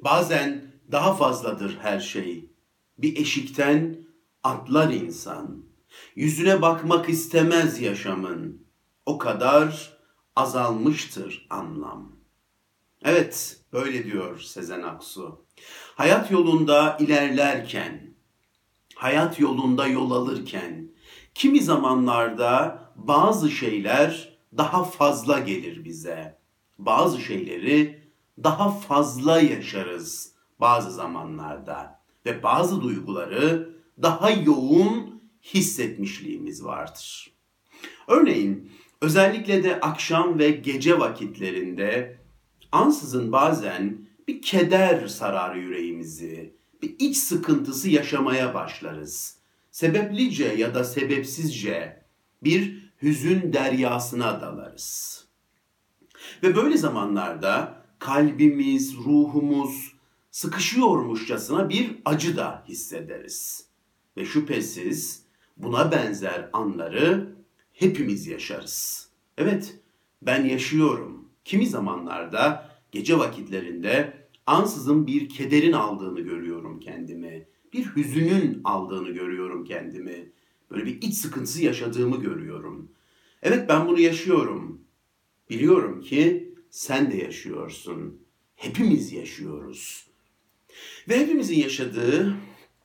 Bazen daha fazladır her şey. Bir eşikten atlar insan. Yüzüne bakmak istemez yaşamın. O kadar azalmıştır anlam. Evet, böyle diyor Sezen Aksu. Hayat yolunda ilerlerken, hayat yolunda yol alırken, kimi zamanlarda bazı şeyler daha fazla gelir bize. Bazı şeyleri daha fazla yaşarız bazı zamanlarda ve bazı duyguları daha yoğun hissetmişliğimiz vardır. Örneğin özellikle de akşam ve gece vakitlerinde ansızın bazen bir keder sarar yüreğimizi, bir iç sıkıntısı yaşamaya başlarız. Sebeplice ya da sebepsizce bir hüzün deryasına dalarız. Ve böyle zamanlarda kalbimiz, ruhumuz sıkışıyormuşçasına bir acı da hissederiz. Ve şüphesiz buna benzer anları hepimiz yaşarız. Evet, ben yaşıyorum. Kimi zamanlarda gece vakitlerinde ansızın bir kederin aldığını görüyorum kendimi. Bir hüzünün aldığını görüyorum kendimi. Böyle bir iç sıkıntısı yaşadığımı görüyorum. Evet, ben bunu yaşıyorum. Biliyorum ki sen de yaşıyorsun. Hepimiz yaşıyoruz. Ve hepimizin yaşadığı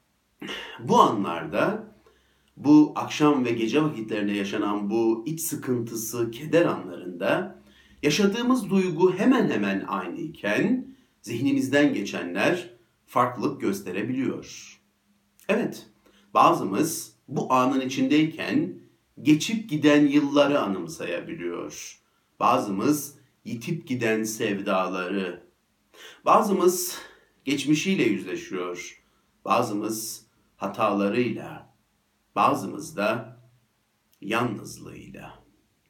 bu anlarda, bu akşam ve gece vakitlerinde yaşanan bu iç sıkıntısı, keder anlarında yaşadığımız duygu hemen hemen aynıyken zihnimizden geçenler farklılık gösterebiliyor. Evet, bazımız bu anın içindeyken geçip giden yılları anımsayabiliyor. Bazımız yitip giden sevdaları, bazımız geçmişiyle yüzleşiyor, bazımız hatalarıyla, bazımız da yalnızlığıyla.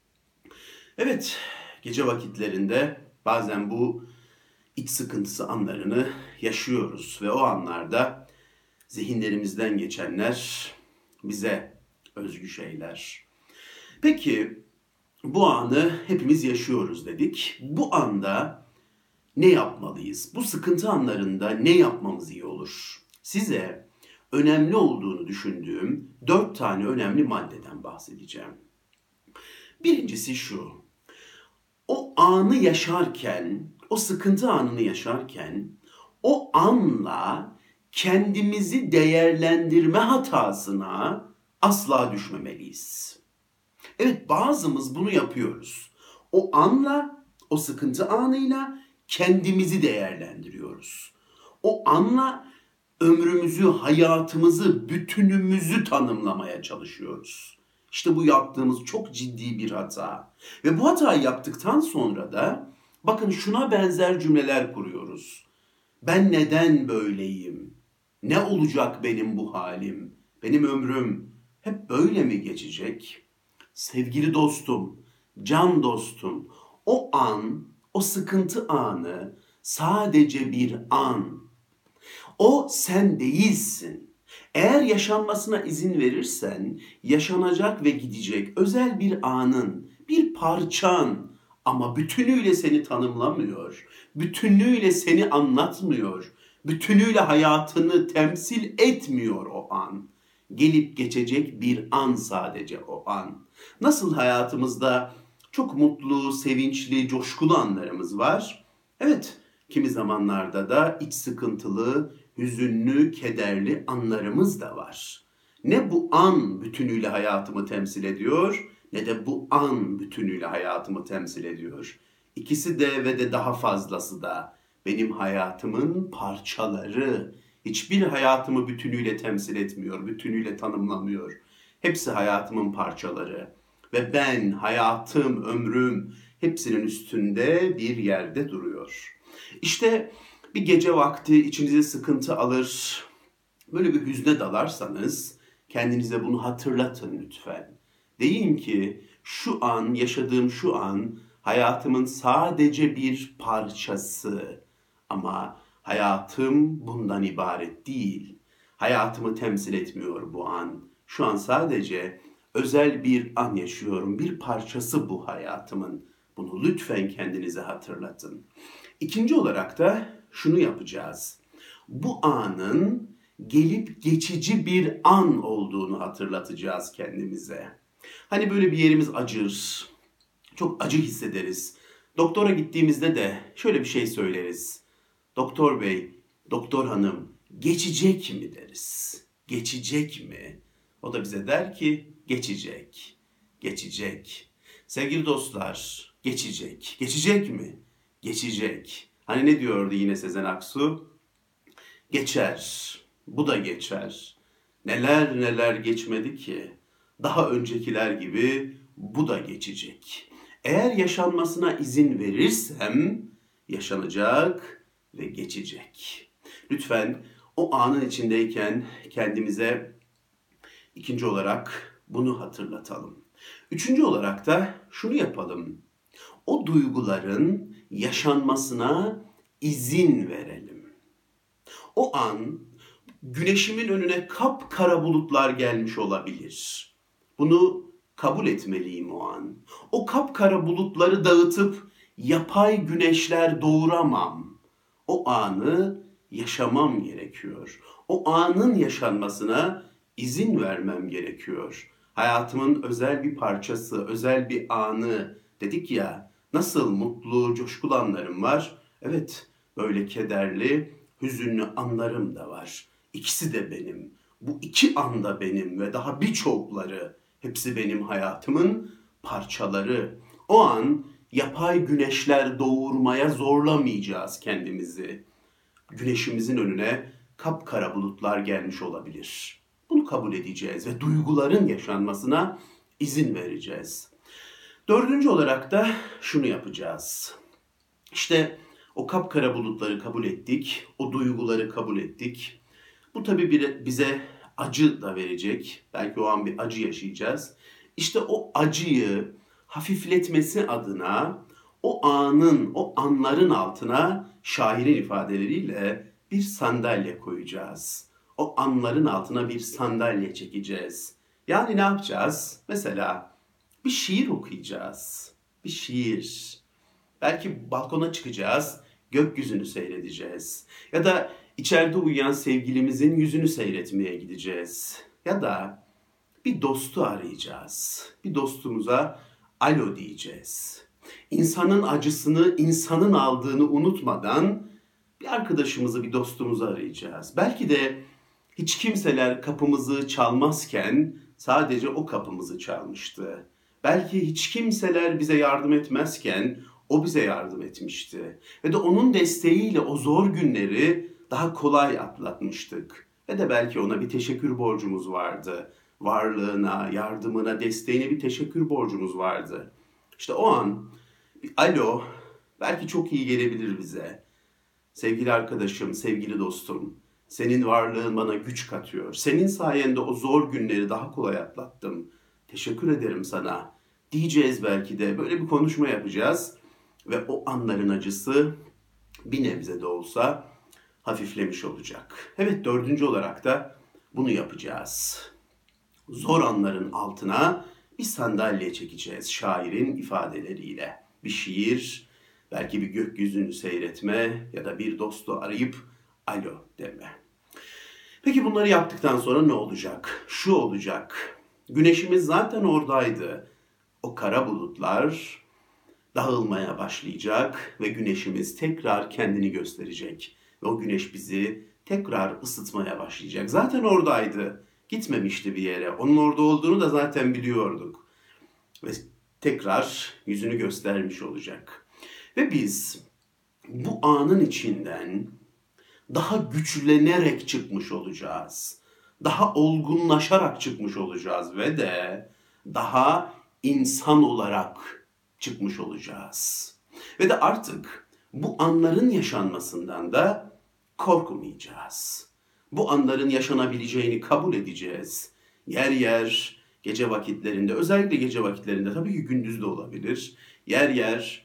Evet, gece vakitlerinde bazen bu iç sıkıntısı anlarını yaşıyoruz ve o anlarda zihinlerimizden geçenler bize özgü şeyler. Peki bu anı hepimiz yaşıyoruz dedik. Bu anda ne yapmalıyız? Bu sıkıntı anlarında ne yapmamız iyi olur? Size önemli olduğunu düşündüğüm 4 tane önemli maddeden bahsedeceğim. Birincisi şu: o anı yaşarken, o sıkıntı anını yaşarken, o anla kendimizi değerlendirme hatasına asla düşmemeliyiz. Evet, bazımız bunu yapıyoruz. O anla, o sıkıntı anıyla kendimizi değerlendiriyoruz. O anla ömrümüzü, hayatımızı, bütünümüzü tanımlamaya çalışıyoruz. İşte bu yaptığımız çok ciddi bir hata. Ve bu hatayı yaptıktan sonra da bakın şuna benzer cümleler kuruyoruz. Ben neden böyleyim? Ne olacak benim bu halim? Benim ömrüm hep böyle mi geçecek? Sevgili dostum, can dostum, o an, o sıkıntı anı sadece bir an. O sen değilsin. Eğer yaşanmasına izin verirsen yaşanacak ve gidecek özel bir anın, bir parçan ama bütünüyle seni tanımlamıyor, bütünüyle seni anlatmıyor, bütünüyle hayatını temsil etmiyor o an. Gelip geçecek bir an sadece o an. Nasıl hayatımızda çok mutlu, sevinçli, coşkulu anlarımız var? Evet, kimi zamanlarda da iç sıkıntılı, hüzünlü, kederli anlarımız da var. Ne bu an bütünüyle hayatımı temsil ediyor, ne de bu an bütünüyle hayatımı temsil ediyor. İkisi de ve de daha fazlası da benim hayatımın parçaları. Hiçbir hayatımı bütünüyle temsil etmiyor, bütünüyle tanımlamıyor. Hepsi hayatımın parçaları. Ve ben, hayatım, ömrüm hepsinin üstünde bir yerde duruyor. İşte bir gece vakti içinize sıkıntı alır, böyle bir hüzne dalarsanız kendinize bunu hatırlatın lütfen. Deyin ki şu an, yaşadığım şu an hayatımın sadece bir parçası. Ama hayatım bundan ibaret değil. Hayatımı temsil etmiyor bu an. Şu an sadece özel bir an yaşıyorum. Bir parçası bu hayatımın. Bunu lütfen kendinize hatırlatın. İkinci olarak da şunu yapacağız. Bu anın gelip geçici bir an olduğunu hatırlatacağız kendimize. Hani böyle bir yerimiz acır, çok acı hissederiz. Doktora gittiğimizde de şöyle bir şey söyleriz. Doktor bey, doktor hanım, geçecek mi deriz. Geçecek mi? O da bize der ki geçecek, geçecek. Sevgili dostlar, geçecek. Geçecek mi? Geçecek. Hani ne diyordu yine Sezen Aksu? Geçer, bu da geçer. Neler neler geçmedi ki. Daha öncekiler gibi bu da geçecek. Eğer yaşanmasına izin verirsem yaşanacak ve geçecek. Lütfen o anın içindeyken kendimize ikinci olarak bunu hatırlatalım. Üçüncü olarak da şunu yapalım. O duyguların yaşanmasına izin verelim. O an güneşimin önüne kapkara bulutlar gelmiş olabilir. Bunu kabul etmeliyim o an. O kapkara bulutları dağıtıp yapay güneşler doğuramam. O anı yaşamam gerekiyor. O anın yaşanmasına izin vermem gerekiyor. Hayatımın özel bir parçası, özel bir anı dedik ya. Nasıl mutlu, coşkulu anlarım var? Evet, böyle kederli, hüzünlü anlarım da var. İkisi de benim. Bu iki an da benim ve daha birçokları. Hepsi benim hayatımın parçaları. O an yapay güneşler doğurmaya zorlamayacağız kendimizi. Güneşimizin önüne kapkara bulutlar gelmiş olabilir. Bunu kabul edeceğiz ve duyguların yaşanmasına izin vereceğiz. Dördüncü olarak da şunu yapacağız. İşte o kapkara bulutları kabul ettik, o duyguları kabul ettik. Bu tabii bize acı da verecek. Belki o an bir acı yaşayacağız. İşte o acıyı hafifletmesi adına o anın, o anların altına şairin ifadeleriyle bir sandalye koyacağız. O anların altına bir sandalye çekeceğiz. Yani ne yapacağız? Mesela bir şiir okuyacağız. Bir şiir. Belki balkona çıkacağız, gökyüzünü seyredeceğiz. Ya da içeride uyuyan sevgilimizin yüzünü seyretmeye gideceğiz. Ya da bir dostu arayacağız. Bir dostumuza alo diyeceğiz. İnsanın acısını, insanın aldığını unutmadan bir arkadaşımızı, bir dostumuzu arayacağız. Belki de hiç kimseler kapımızı çalmazken sadece o kapımızı çalmıştı. Belki hiç kimseler bize yardım etmezken o bize yardım etmişti. Ve de onun desteğiyle o zor günleri daha kolay atlatmıştık. Ve de belki ona bir teşekkür borcumuz vardı. Varlığına, yardımına, desteğine bir teşekkür borcumuz vardı. İşte o an bir alo belki çok iyi gelebilir bize. Sevgili arkadaşım, sevgili dostum, senin varlığın bana güç katıyor. Senin sayende o zor günleri daha kolay atlattım. Teşekkür ederim sana. Diyeceğiz belki de. Böyle bir konuşma yapacağız. Ve o anların acısı bir nebze de olsa hafiflemiş olacak. Evet, dördüncü olarak da bunu yapacağız. Zor anların altına bir sandalye çekeceğiz şairin ifadeleriyle. Bir şiir, belki bir gökyüzünü seyretme ya da bir dostu arayıp alo deme. Peki bunları yaptıktan sonra ne olacak? Şu olacak. Güneşimiz zaten oradaydı. O kara bulutlar dağılmaya başlayacak ve güneşimiz tekrar kendini gösterecek. Ve o güneş bizi tekrar ısıtmaya başlayacak. Zaten oradaydı. Gitmemişti bir yere. Onun orada olduğunu da zaten biliyorduk. Ve tekrar yüzünü göstermiş olacak. Ve biz bu anın içinden daha güçlenerek çıkmış olacağız. Daha olgunlaşarak çıkmış olacağız ve de daha insan olarak çıkmış olacağız. Ve de artık bu anların yaşanmasından da korkmayacağız. Bu anların yaşanabileceğini kabul edeceğiz. Yer yer gece vakitlerinde, özellikle gece vakitlerinde, tabii ki gündüz de olabilir. Yer yer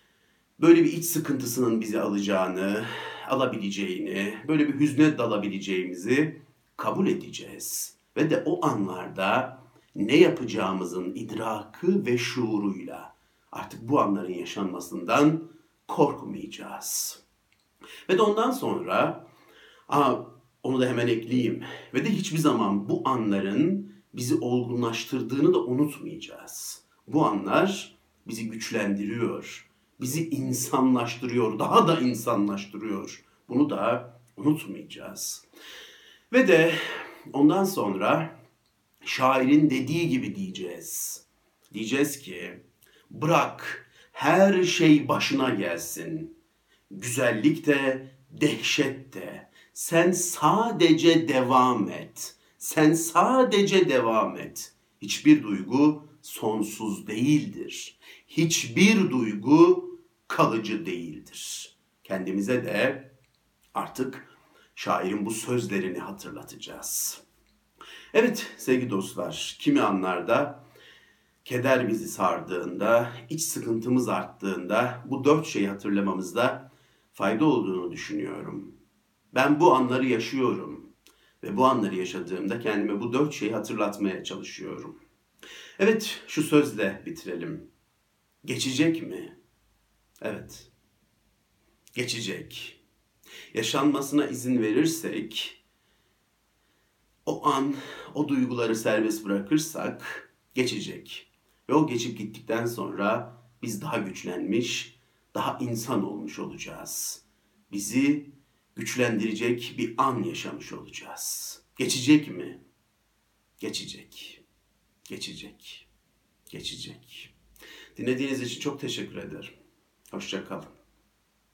böyle bir iç sıkıntısının bizi alacağını, alabileceğini, böyle bir hüzne dalabileceğimizi kabul edeceğiz. Ve de o anlarda ne yapacağımızın idrakı ve şuuruyla artık bu anların yaşanmasından korkmayacağız. Ve de ondan sonra, onu da hemen ekleyeyim. Ve de hiçbir zaman bu anların bizi olgunlaştırdığını da unutmayacağız. Bu anlar bizi güçlendiriyor, bizi insanlaştırıyor, daha da insanlaştırıyor. Bunu da unutmayacağız. Ve de ondan sonra şairin dediği gibi diyeceğiz. Diyeceğiz ki bırak her şey başına gelsin. Güzellik de, dehşet de. Sen sadece devam et. Sen sadece devam et. Hiçbir duygu sonsuz değildir. Hiçbir duygu kalıcı değildir. Kendimize de artık şairin bu sözlerini hatırlatacağız. Evet sevgili dostlar, kimi anlarda keder bizi sardığında, iç sıkıntımız arttığında bu 4 şeyi hatırlamamızda fayda olduğunu düşünüyorum. Ben bu anları yaşıyorum ve bu anları yaşadığımda kendime bu 4 şeyi hatırlatmaya çalışıyorum. Evet, şu sözle bitirelim. Geçecek mi? Evet, geçecek. Yaşanmasına izin verirsek, o an, o duyguları serbest bırakırsak geçecek. Ve o geçip gittikten sonra biz daha güçlenmiş, daha insan olmuş olacağız. Bizi güçlendirecek bir an yaşamış olacağız. Geçecek mi? Geçecek. Geçecek. Geçecek. Dinlediğiniz için çok teşekkür ederim. Hoşça kalın.